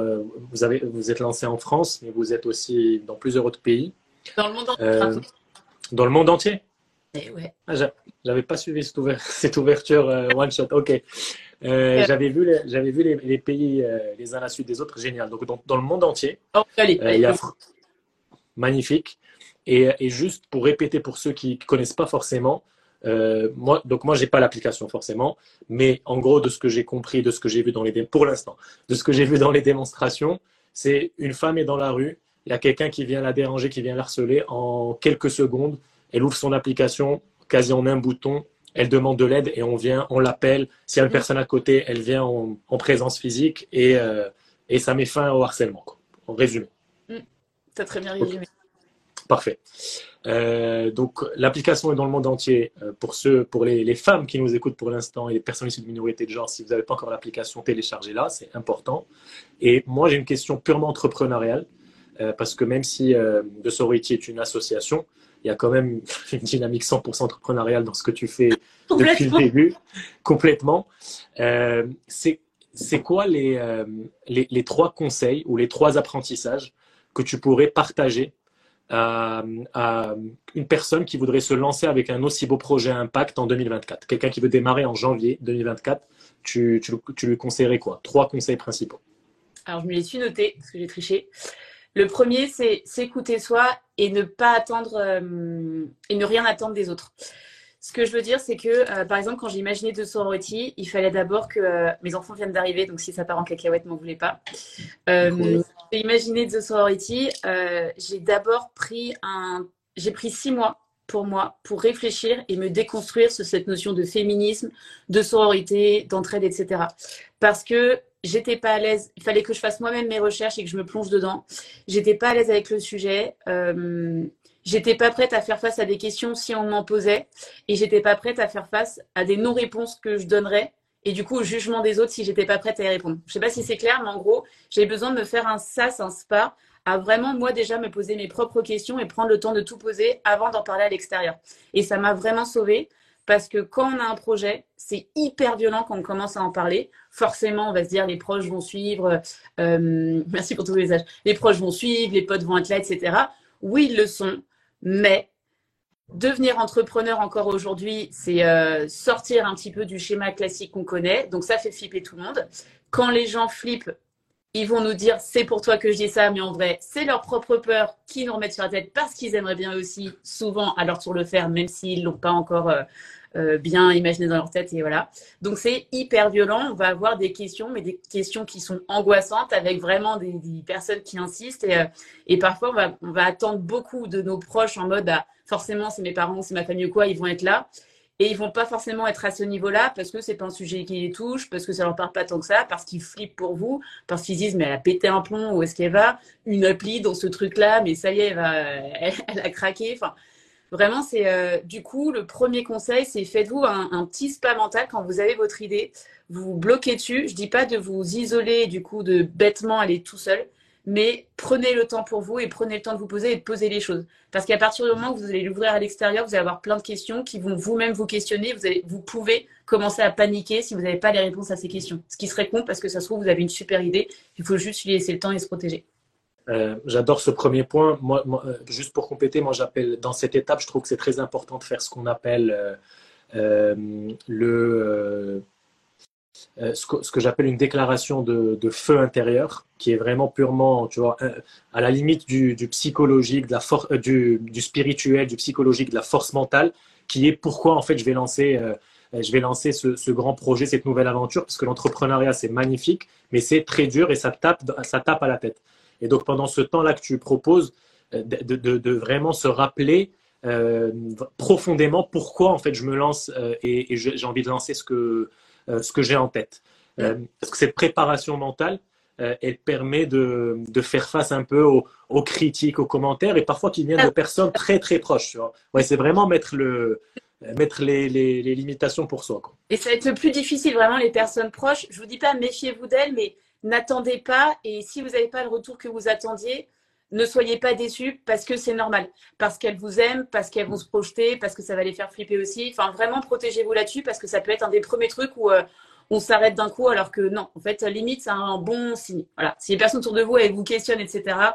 Speaker 1: lancé en France, mais vous êtes aussi dans plusieurs autres pays.
Speaker 2: Dans le monde entier.
Speaker 1: Dans le monde entier.
Speaker 2: Ouais.
Speaker 1: Ah, j'avais pas suivi cette ouverture one shot. Ok. J'avais vu les pays les uns à la suite des autres. Génial. Donc dans le monde entier. Il y a magnifique. Et juste pour répéter pour ceux qui connaissent pas forcément, moi j'ai pas l'application forcément, mais en gros de ce que j'ai compris, de ce que j'ai vu pour l'instant, de ce que j'ai vu dans les démonstrations, c'est une femme est dans la rue, il y a quelqu'un qui vient la déranger, qui vient la harceler en quelques secondes. Elle ouvre son application, quasi en un bouton, elle demande de l'aide et on l'appelle. S'il y a une personne à côté, elle vient en présence physique et ça met fin au harcèlement, quoi, en résumé.
Speaker 2: T'as très bien résumé.
Speaker 1: Okay. Parfait. Donc l'application est dans le monde entier. Pour les femmes qui nous écoutent pour l'instant et les personnes issues de minorités de genre, si vous n'avez pas encore l'application, téléchargez-la, c'est important. Et moi, j'ai une question purement entrepreneuriale parce que même si The Sorority est une association, il y a quand même une dynamique 100% entrepreneuriale dans ce que tu fais depuis le début, complètement. C'est quoi les 3 conseils ou les 3 apprentissages que tu pourrais partager à une personne qui voudrait se lancer avec un aussi beau projet à impact en 2024? Quelqu'un qui veut démarrer en janvier 2024, tu lui conseillerais quoi? 3 conseils principaux.
Speaker 2: Alors, je me les suis notés parce que j'ai triché. Le premier, c'est s'écouter soi et ne pas attendre et ne rien attendre des autres. Ce que je veux dire, c'est que, par exemple, quand j'ai imaginé The Sorority, il fallait d'abord que mes enfants viennent d'arriver, donc si ça part en cacahuète, m'en voulez pas.
Speaker 1: Cool.
Speaker 2: J'ai imaginé The Sorority, j'ai d'abord j'ai pris 6 mois pour moi, pour réfléchir et me déconstruire sur cette notion de féminisme, de sororité, d'entraide, etc. Parce que j'étais pas à l'aise, il fallait que je fasse moi-même mes recherches et que je me plonge dedans. J'étais pas à l'aise avec le sujet. J'étais pas prête à faire face à des questions si on m'en posait et j'étais pas prête à faire face à des non-réponses que je donnerais et du coup au jugement des autres si j'étais pas prête à y répondre. Je sais pas si c'est clair, mais en gros, j'ai besoin de me faire un spa, à vraiment moi déjà me poser mes propres questions et prendre le temps de tout poser avant d'en parler à l'extérieur. Et ça m'a vraiment sauvée parce que quand on a un projet, c'est hyper violent quand on commence à en parler. Forcément, on va se dire les proches vont suivre, merci pour tous les messages, les proches vont suivre, les potes vont être là, etc. Oui, ils le sont. Mais Devenir entrepreneur encore aujourd'hui, c'est sortir un petit peu du schéma classique qu'on connaît. Donc ça fait flipper tout le monde. Quand les gens flippent, ils vont nous dire c'est pour toi que je dis ça, mais en vrai, c'est leur propre peur qui nous remettent sur la tête parce qu'ils aimeraient bien aussi souvent à leur tour le faire, même s'ils l'ont pas encore bien imaginé dans leur tête. Et voilà. Donc c'est hyper violent. On va avoir des questions, mais des questions qui sont angoissantes avec vraiment des personnes qui insistent. Et parfois, on va attendre beaucoup de nos proches en mode forcément, c'est mes parents, c'est ma famille ou quoi, ils vont être là. Et ils vont pas forcément être à ce niveau-là parce que c'est pas un sujet qui les touche, parce que ça leur parle pas tant que ça, parce qu'ils flippent pour vous, parce qu'ils disent mais elle a pété un plomb, où est-ce qu'elle va? Une appli dans ce truc-là, mais ça y est, elle a craqué. Enfin, vraiment, c'est du coup le premier conseil, c'est faites-vous un petit spa mental quand vous avez votre idée, vous vous bloquez dessus. Je dis pas de vous isoler, du coup, de bêtement aller tout seul, mais prenez le temps pour vous et prenez le temps de vous poser et de poser les choses. Parce qu'à partir du moment où vous allez l'ouvrir à l'extérieur, vous allez avoir plein de questions qui vont vous-même vous questionner. Vous pouvez commencer à paniquer si vous n'avez pas les réponses à ces questions. Ce qui serait con parce que ça se trouve, vous avez une super idée. Il faut juste lui laisser le temps et se protéger.
Speaker 1: J'adore ce premier point. Juste pour compléter, moi j'appelle dans cette étape, je trouve que c'est très important de faire ce qu'on appelle ce que j'appelle une déclaration de feu intérieur, qui est vraiment purement, tu vois, à la limite du psychologique, du spirituel, du psychologique, de la force mentale, qui est pourquoi en fait je vais lancer ce grand projet, cette nouvelle aventure, parce que l'entrepreneuriat c'est magnifique, mais c'est très dur et ça tape à la tête. Et donc pendant ce temps-là que tu proposes, de vraiment se rappeler profondément pourquoi en fait je me lance et j'ai envie de lancer ce que j'ai en tête. Parce que cette préparation mentale, elle permet de faire face un peu aux critiques, aux commentaires, et parfois qui viennent de personnes très très proches. Tu vois. Ouais, c'est vraiment mettre les limitations pour soi, quoi.
Speaker 2: Et ça va être le plus difficile, vraiment, les personnes proches. Je vous dis pas méfiez-vous d'elles, mais n'attendez pas. Et si vous n'avez pas le retour que vous attendiez, ne soyez pas déçus parce que c'est normal. Parce qu'elles vous aiment, parce qu'elles vont se projeter, parce que ça va les faire flipper aussi. Enfin, vraiment, protégez-vous là-dessus parce que ça peut être un des premiers trucs où on s'arrête d'un coup alors que non. En fait, limite, c'est un bon signe. Voilà. Si les personnes autour de vous, elles vous questionnent, etc.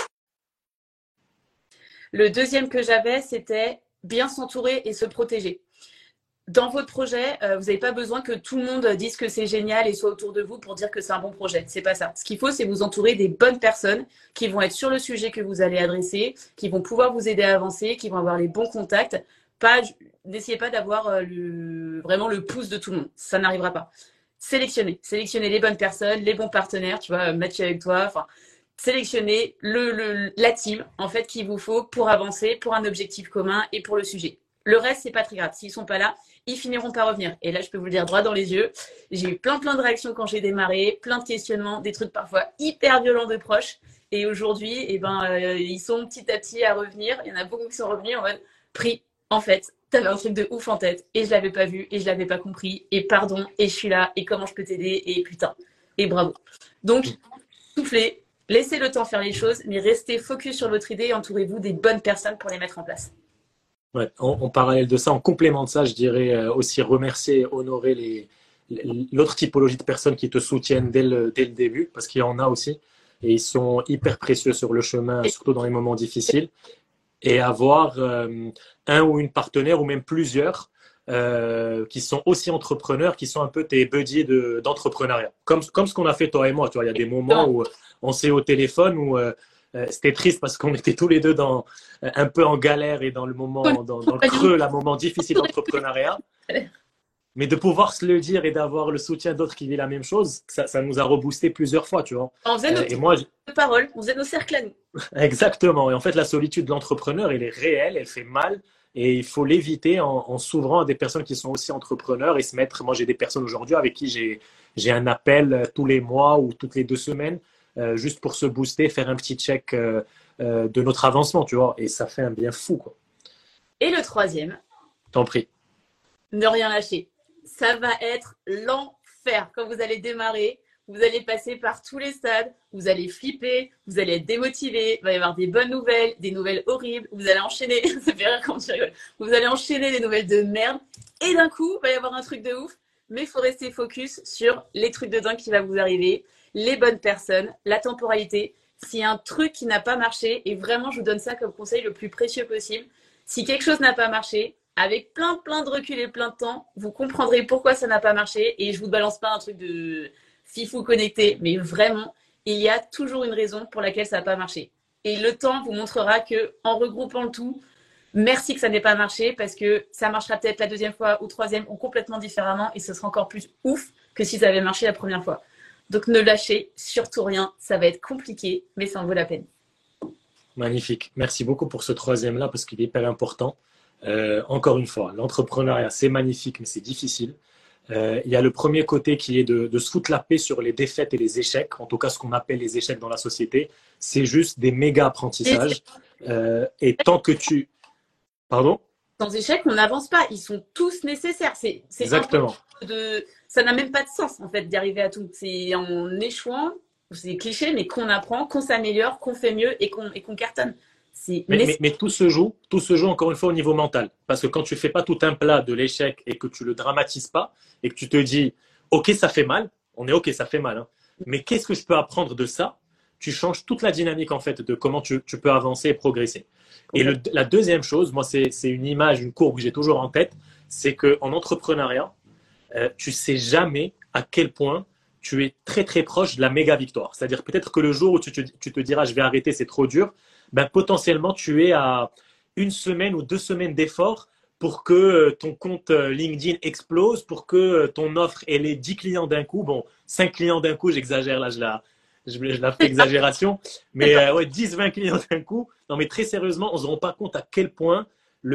Speaker 2: Le deuxième que j'avais, c'était bien s'entourer et se protéger. Dans votre projet, vous n'avez pas besoin que tout le monde dise que c'est génial et soit autour de vous pour dire que c'est un bon projet. C'est pas ça. Ce qu'il faut, c'est vous entourer des bonnes personnes qui vont être sur le sujet que vous allez adresser, qui vont pouvoir vous aider à avancer, qui vont avoir les bons contacts. N'essayez pas d'avoir vraiment le pouce de tout le monde. Ça n'arrivera pas. Sélectionnez les bonnes personnes, les bons partenaires. Tu vois, matcher avec toi. Enfin, sélectionnez la team en fait qu'il vous faut pour avancer, pour un objectif commun et pour le sujet. Le reste, c'est pas très grave. S'ils sont pas là, ils finiront par revenir. Et là, je peux vous le dire droit dans les yeux. J'ai eu plein de réactions quand j'ai démarré, plein de questionnements, des trucs parfois hyper violents de proches. Et aujourd'hui, ils sont petit à petit à revenir. Il y en a beaucoup qui sont revenus en mode pris. En fait, t'avais un truc de ouf en tête et je l'avais pas vu et je l'avais pas compris. Et pardon, et je suis là. Et comment je peux t'aider? Et putain. Et bravo. Donc, soufflez, laissez le temps faire les choses, mais restez focus sur votre idée et entourez-vous des bonnes personnes pour les mettre en place.
Speaker 1: Ouais, en parallèle de ça, en complément de ça, je dirais aussi remercier, honorer l'autre typologie de personnes qui te soutiennent dès le début, parce qu'il y en a aussi, et ils sont hyper précieux sur le chemin, surtout dans les moments difficiles, et avoir un ou une partenaire, ou même plusieurs, qui sont aussi entrepreneurs, qui sont un peu tes buddies d'entrepreneuriat. Comme ce qu'on a fait toi et moi, tu vois, il y a des moments où on s'est au téléphone, où c'était triste parce qu'on était tous les deux un peu en galère et dans le creux, le moment difficile d'entrepreneuriat. Mais de pouvoir se le dire et d'avoir le soutien d'autres qui vivent la même chose, ça nous a reboosté plusieurs fois, tu vois.
Speaker 2: On faisait nos paroles, on faisait nos cercles à nous.
Speaker 1: Exactement. Et en fait, la solitude de l'entrepreneur, elle est réelle, elle fait mal. Et il faut l'éviter en s'ouvrant à des personnes qui sont aussi entrepreneurs et se mettre. Moi, j'ai des personnes aujourd'hui avec qui j'ai un appel tous les mois ou toutes les 2 semaines, juste pour se booster, faire un petit check de notre avancement, tu vois. Et ça fait un bien fou, quoi.
Speaker 2: Et le troisième,
Speaker 1: t'en prie.
Speaker 2: Ne rien lâcher. Ça va être l'enfer quand vous allez démarrer. Vous allez passer par tous les stades, vous allez flipper, vous allez être démotivé, il va y avoir des bonnes nouvelles, des nouvelles horribles, vous allez enchaîner, ça fait rire quand tu rigoles, vous allez enchaîner des nouvelles de merde, et d'un coup, il va y avoir un truc de ouf, mais il faut rester focus sur les trucs de dingue qui vont vous arriver, les bonnes personnes, la temporalité. S'il y a un truc qui n'a pas marché, et vraiment je vous donne ça comme conseil le plus précieux possible, Si quelque chose n'a pas marché, avec plein de recul et plein de temps, vous comprendrez pourquoi ça n'a pas marché. Et je vous balance pas un truc de fifou connecté, mais vraiment, il y a toujours une raison pour laquelle ça n'a pas marché. Et le temps vous montrera que en regroupant le tout, merci que ça n'ait pas marché parce que ça marchera peut-être la deuxième fois ou troisième ou complètement différemment et ce sera encore plus ouf que si ça avait marché la première fois. Donc ne lâchez surtout rien, ça va être compliqué, mais ça en vaut la peine.
Speaker 1: Magnifique. Merci beaucoup pour ce troisième-là parce qu'il est hyper important. Encore une fois, l'entrepreneuriat, c'est magnifique, mais c'est difficile. Il y a le premier côté qui est de se foutre la paix sur les défaites et les échecs, en tout cas ce qu'on appelle les échecs dans la société. C'est juste des méga apprentissages. Et tant que tu... Pardon?
Speaker 2: Sans échec, on n'avance pas. Ils sont tous nécessaires. C'est
Speaker 1: Exactement.
Speaker 2: Ça n'a même pas de sens en fait d'y arriver à tout. C'est en échouant, c'est cliché, mais qu'on apprend, qu'on s'améliore, qu'on fait mieux et qu'on cartonne.
Speaker 1: Mais tout se joue encore une fois au niveau mental. Parce que quand tu fais pas tout un plat de l'échec et que tu le dramatises pas et que tu te dis, ok, ça fait mal, on est ok, ça fait mal, hein, mais qu'est-ce que je peux apprendre de ça? Tu changes toute la dynamique en fait de comment tu peux avancer et progresser. Et la deuxième chose, moi, c'est une image, une courbe que j'ai toujours en tête, c'est qu'en entrepreneuriat, tu sais jamais à quel point tu es très proche de la méga victoire. C'est-à-dire peut-être que le jour où tu te diras je vais arrêter, c'est trop dur, ben, potentiellement tu es à 1 semaine ou 2 semaines d'effort pour que ton compte LinkedIn explose, pour que ton offre ait les 10 clients d'un coup. Bon, 5 clients d'un coup, j'exagère là, je la fais exagération, mais ouais, 10-20 clients d'un coup. Non, mais très sérieusement, on ne se rend pas compte à quel point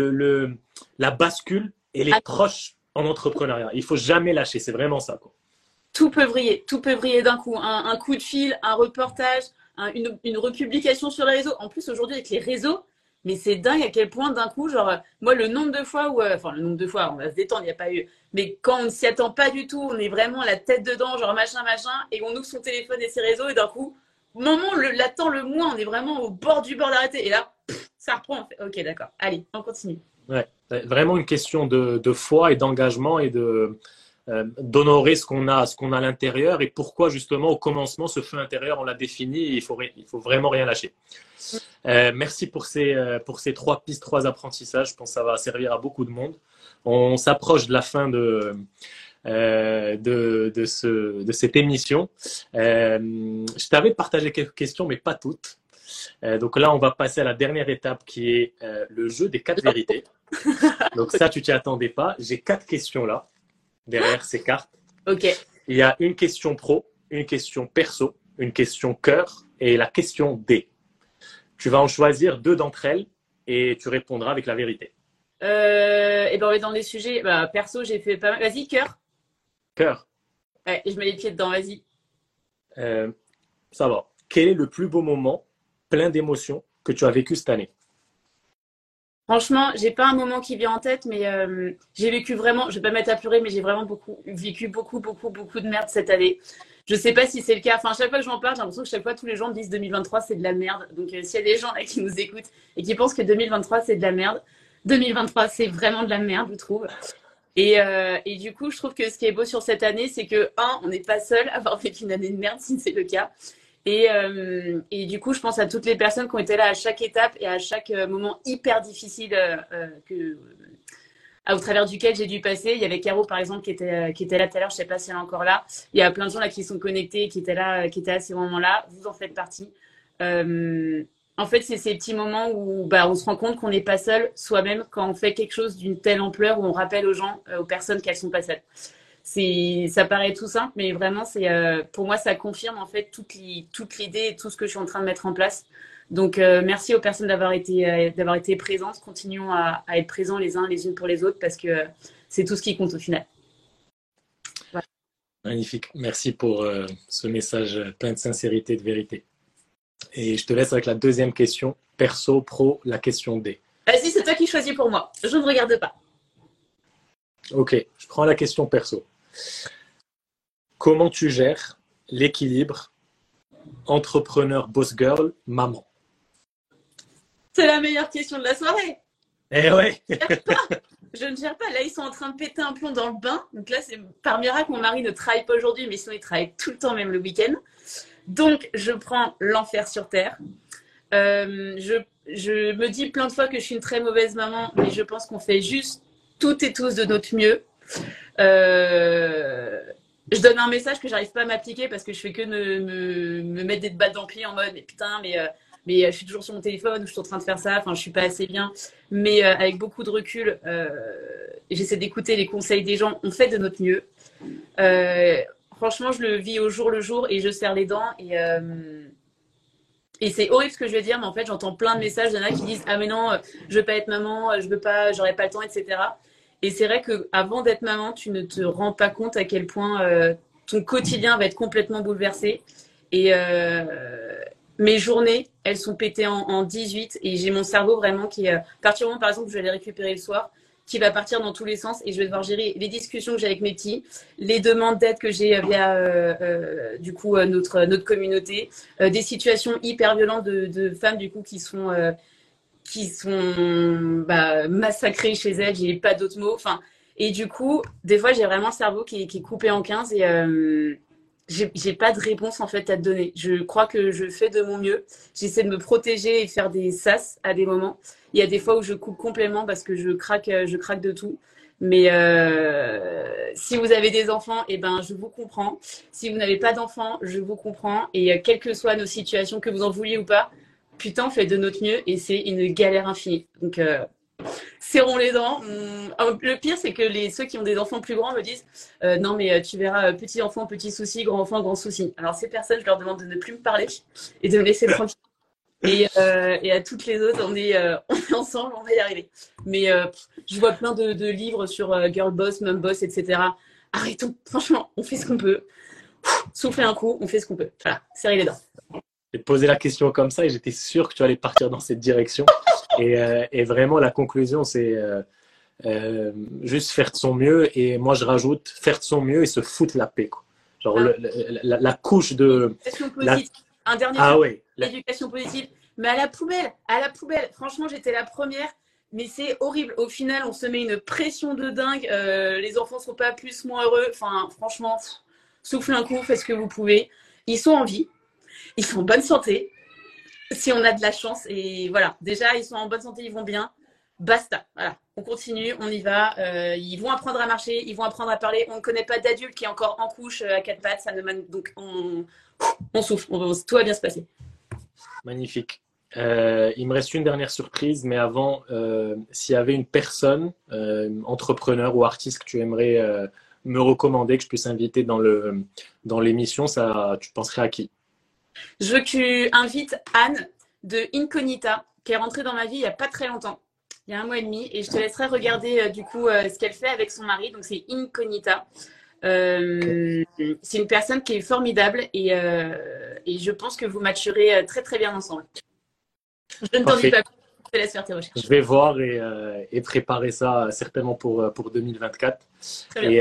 Speaker 1: la bascule, elle est proche en entrepreneuriat. Il ne faut jamais lâcher, c'est vraiment ça, quoi.
Speaker 2: Tout peut briller d'un coup. Un coup de fil, un reportage, une republication sur les réseaux. En plus, aujourd'hui, avec les réseaux, mais c'est dingue à quel point d'un coup, genre, moi, le nombre de fois où, enfin, le nombre de fois, on va se détendre, il n'y a pas eu, mais quand on ne s'y attend pas du tout, on est vraiment la tête dedans, genre machin, et on ouvre son téléphone et ses réseaux, et d'un coup, au moment où on l'attend le moins, on est vraiment au bord d'arrêter, et là, ça reprend, on fait, ok, d'accord, allez, on continue.
Speaker 1: Ouais, vraiment une question de foi et d'engagement et d'honorer ce qu'on a à l'intérieur et pourquoi justement au commencement ce feu intérieur on l'a défini et il faut vraiment rien lâcher. Merci pour ces 3 pistes, 3 apprentissages. Je pense que ça va servir à beaucoup de monde. On s'approche de la fin de cette émission. Je t'avais partagé quelques questions mais pas toutes. Donc là on va passer à la dernière étape qui est le jeu des 4 vérités. Donc ça tu t'y attendais pas. J'ai 4 questions là derrière ces cartes.
Speaker 2: Ok.
Speaker 1: Il y a une question pro, une question perso, une question cœur et la question D. Tu vas en choisir 2 d'entre elles et tu répondras avec la vérité.
Speaker 2: Et ben on est dans les sujets. Bah, perso, j'ai fait pas mal. Vas-y, cœur.
Speaker 1: Cœur.
Speaker 2: Ouais, je mets les pieds dedans, vas-y.
Speaker 1: Ça va. Quel est le plus beau moment plein d'émotions que tu as vécu cette année?
Speaker 2: Franchement, j'ai pas un moment qui vient en tête, mais j'ai vécu vraiment, je vais pas mettre à pleurer, mais j'ai vraiment vécu beaucoup de merde cette année. Je sais pas si c'est le cas. Enfin, à chaque fois que j'en parle, j'ai l'impression que chaque fois tous les gens me disent 2023 c'est de la merde. Donc s'il y a des gens là qui nous écoutent et qui pensent que 2023 c'est de la merde, 2023 c'est vraiment de la merde, je trouve. Et du coup, je trouve que ce qui est beau sur cette année, c'est que on n'est pas seul à avoir vécu une année de merde si c'est le cas. Et du coup, je pense à toutes les personnes qui ont été là à chaque étape et à chaque moment hyper difficile au travers duquel j'ai dû passer. Il y avait Caro, par exemple, qui était là tout à l'heure. Je sais pas si elle est encore là. Il y a plein de gens là qui sont connectés, qui étaient là, qui étaient à ces moments-là. Vous en faites partie. En fait, c'est ces petits moments où on se rend compte qu'on n'est pas seul soi-même quand on fait quelque chose d'une telle ampleur où on rappelle aux gens, aux personnes qu'elles sont pas seules. Ça paraît tout simple, mais vraiment, pour moi, ça confirme en fait toute l'idée et tout ce que je suis en train de mettre en place. Donc, merci aux personnes d'avoir été présentes. Continuons à être présents les uns les unes pour les autres parce que c'est tout ce qui compte au final.
Speaker 1: Voilà. Magnifique. Merci pour ce message plein de sincérité et de vérité. Et je te laisse avec la deuxième question, perso, pro, la question D.
Speaker 2: Vas-y, c'est toi qui choisis pour moi. Je ne regarde pas.
Speaker 1: Ok, je prends la question perso. Comment tu gères l'équilibre entrepreneur, boss girl, maman?
Speaker 2: C'est la meilleure question de la soirée.
Speaker 1: Eh ouais.
Speaker 2: Je ne gère pas. Là, ils sont en train de péter un plomb dans le bain. Donc là, c'est par miracle, mon mari ne travaille pas aujourd'hui, mais sinon, il travaille tout le temps, même le week-end. Donc, je prends l'enfer sur terre. Je je me dis plein de fois que je suis une très mauvaise maman, mais je pense qu'on fait juste toutes et tous de notre mieux. Je donne un message que j'arrive pas à m'appliquer parce que je fais que me mettre des balles dans le pied en mode mais putain, mais je suis toujours sur mon téléphone ou je suis en train de faire ça, enfin je suis pas assez bien. Mais avec beaucoup de recul, j'essaie d'écouter les conseils des gens. On fait de notre mieux. Franchement, je le vis au jour le jour et je serre les dents et c'est horrible ce que je vais dire, mais en fait, j'entends plein de messages. Il y en a qui disent ah mais non, je veux pas être maman, je veux pas, j'aurai pas le temps, etc. Et c'est vrai que avant d'être maman, tu ne te rends pas compte à quel point ton quotidien va être complètement bouleversé. Et mes journées, elles sont pétées en 18 et j'ai mon cerveau vraiment qui, à partir du moment, par exemple, où je vais les récupérer le soir, qui va partir dans tous les sens et je vais devoir gérer les discussions que j'ai avec mes petits, les demandes d'aide que j'ai via du coup notre communauté, des situations hyper violentes de femmes du coup qui sont massacrées chez elles, j'ai pas d'autres mots. Enfin, et du coup, des fois, j'ai vraiment le cerveau qui est coupé en 15 et j'ai pas de réponse en fait à te donner. Je crois que je fais de mon mieux. J'essaie de me protéger et faire des sas à des moments. Il y a des fois où je coupe complètement parce que je craque de tout. Mais si vous avez des enfants, eh ben, je vous comprends. Si vous n'avez pas d'enfants, je vous comprends. Et quelles que soient nos situations, que vous en vouliez ou pas, putain, on fait de notre mieux et c'est une galère infinie. Donc, serrons les dents. Le pire, c'est que ceux qui ont des enfants plus grands me disent non, mais tu verras, petit enfant, petit souci, grand enfant, grand souci. Alors, ces personnes, je leur demande de ne plus me parler et de me laisser tranquille. Et à toutes les autres, on est ensemble, on va y arriver. Mais je vois plein de livres sur girl boss, mom boss, etc. Arrêtons, franchement, on fait ce qu'on peut. Soufflez un coup, on fait ce qu'on peut. Voilà, serrez les dents.
Speaker 1: J'ai posé la question comme ça et j'étais sûr que tu allais partir dans cette direction. Et vraiment, la conclusion, c'est juste faire de son mieux. Et moi, je rajoute faire de son mieux et se foutre la paix, quoi. Genre, la couche de.
Speaker 2: L'éducation positive. Un dernier
Speaker 1: Ah
Speaker 2: truc,
Speaker 1: ouais.
Speaker 2: l'éducation positive. Mais à la poubelle, à la poubelle. Franchement, j'étais la première. Mais c'est horrible. Au final, on se met une pression de dingue. Les enfants ne sont pas plus, moins heureux. Enfin, franchement, soufflez un coup, faites ce que vous pouvez. Ils sont en vie. Ils sont en bonne santé. Si on a de la chance. Et voilà, déjà, ils sont en bonne santé, ils vont bien. Basta. Voilà, on continue, on y va. Ils vont apprendre à marcher, ils vont apprendre à parler. On ne connaît pas d'adulte qui est encore en couche à quatre pattes. Ça ne donc on souffle. Tout va bien se passer.
Speaker 1: Magnifique. Il me reste une dernière surprise, mais avant, s'il y avait une personne, entrepreneur ou artiste que tu aimerais me recommander, que je puisse inviter dans l'émission, tu penserais à qui?
Speaker 2: Je veux que tu invites Anne de Incognita, qui est rentrée dans ma vie il n'y a pas très longtemps, il y a 1 mois et demi, et je te laisserai regarder du coup ce qu'elle fait avec son mari. Donc c'est Incognita. C'est une personne qui est formidable et je pense que vous matcherez très très bien ensemble. Je ne t'en dis pas plus, je te laisse faire tes recherches.
Speaker 1: Je vais voir et préparer ça certainement pour 2024. Et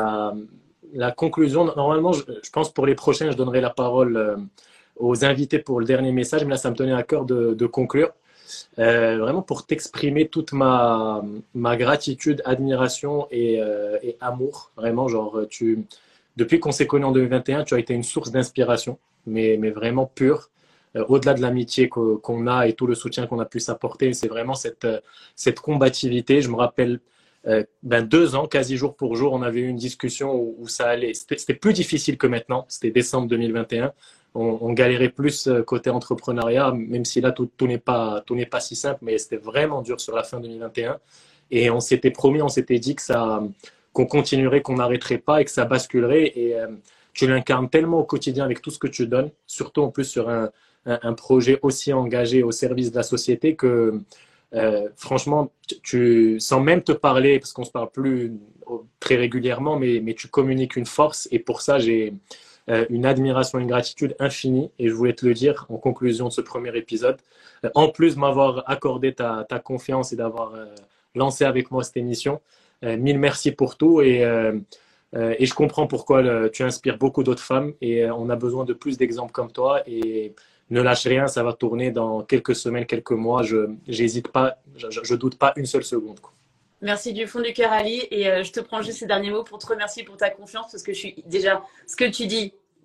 Speaker 1: la conclusion, normalement, je pense pour les prochains, je donnerai la parole aux invités pour le dernier message, mais là, ça me tenait à cœur de conclure. Vraiment pour t'exprimer toute ma gratitude, admiration et amour. Vraiment, genre, depuis qu'on s'est connus en 2021, tu as été une source d'inspiration, mais vraiment pure. Au-delà de l'amitié qu'on a et tout le soutien qu'on a pu s'apporter, c'est vraiment cette combativité. Je me rappelle, 2 ans, quasi jour pour jour, on avait eu une discussion où ça allait. C'était plus difficile que maintenant. C'était décembre 2021. On galérait plus côté entrepreneuriat, même si là, tout n'est pas si simple, mais c'était vraiment dur sur la fin 2021. Et on s'était promis, on s'était dit qu'on continuerait, qu'on n'arrêterait pas et que ça basculerait. Et tu l'incarnes tellement au quotidien avec tout ce que tu donnes, surtout en plus sur un projet aussi engagé au service de la société que franchement, sans même te parler, parce qu'on ne se parle plus très régulièrement, mais tu communiques une force et pour ça, j'ai une admiration, une gratitude infinie et je voulais te le dire en conclusion de ce premier épisode. En plus de m'avoir accordé ta confiance et d'avoir lancé avec moi cette émission, mille merci pour tout et je comprends pourquoi tu inspires beaucoup d'autres femmes et on a besoin de plus d'exemples comme toi et ne lâche rien, ça va tourner dans quelques semaines, quelques mois. J'hésite pas, je doute pas une seule seconde, quoi.
Speaker 2: Merci du fond du cœur, Ali. Et je te prends juste ces derniers mots pour te remercier pour ta confiance parce que je suis déjà, ce que tu dis,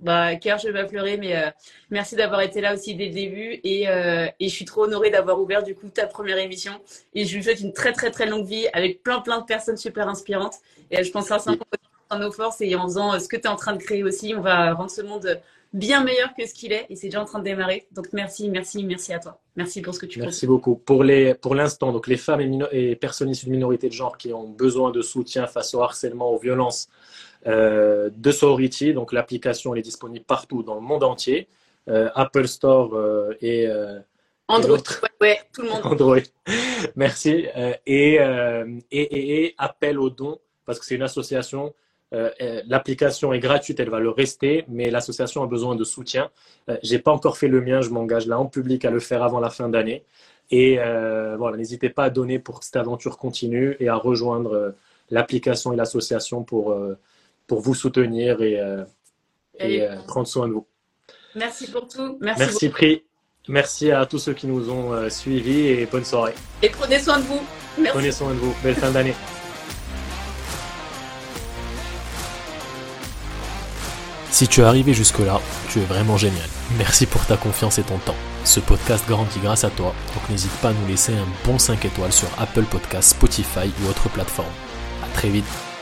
Speaker 2: Bah, cœur, je vais pas pleurer, mais merci d'avoir été là aussi dès le début. Et je suis trop honorée d'avoir ouvert du coup ta première émission. Et je lui souhaite une très très très longue vie avec plein plein de personnes super inspirantes. Et je pense sincèrement en nos forces et en faisant ce que tu es en train de créer aussi, on va rendre ce monde bien meilleur que ce qu'il est. Et c'est déjà en train de démarrer. Donc merci, merci, merci à toi. Merci pour ce que tu fais.
Speaker 1: Merci beaucoup. Pour l'instant, donc les femmes et personnes issues de minorités de genre qui ont besoin de soutien face au harcèlement, aux violences, de Sorority, donc l'application elle est disponible partout dans le monde entier, Apple Store et
Speaker 2: Android, ouais, tout le monde.
Speaker 1: Android. Merci. Et appel aux dons, parce que c'est une association. L'application est gratuite, elle va le rester, mais l'association a besoin de soutien. J'ai pas encore fait le mien, je m'engage là en public à le faire avant la fin d'année. Et voilà, n'hésitez pas à donner pour que cette aventure continue et à rejoindre l'application et l'association pour vous soutenir et prendre soin de vous.
Speaker 2: Merci pour tout.
Speaker 1: Merci Pri. Merci à tous ceux qui nous ont suivis et bonne soirée.
Speaker 2: Et prenez soin de vous. Merci.
Speaker 1: Prenez soin de vous. Belle fin d'année.
Speaker 3: Si tu es arrivé jusque-là, tu es vraiment génial. Merci pour ta confiance et ton temps. Ce podcast grandit grâce à toi, donc n'hésite pas à nous laisser un bon 5 étoiles sur Apple Podcasts, Spotify ou autre plateforme. À très vite.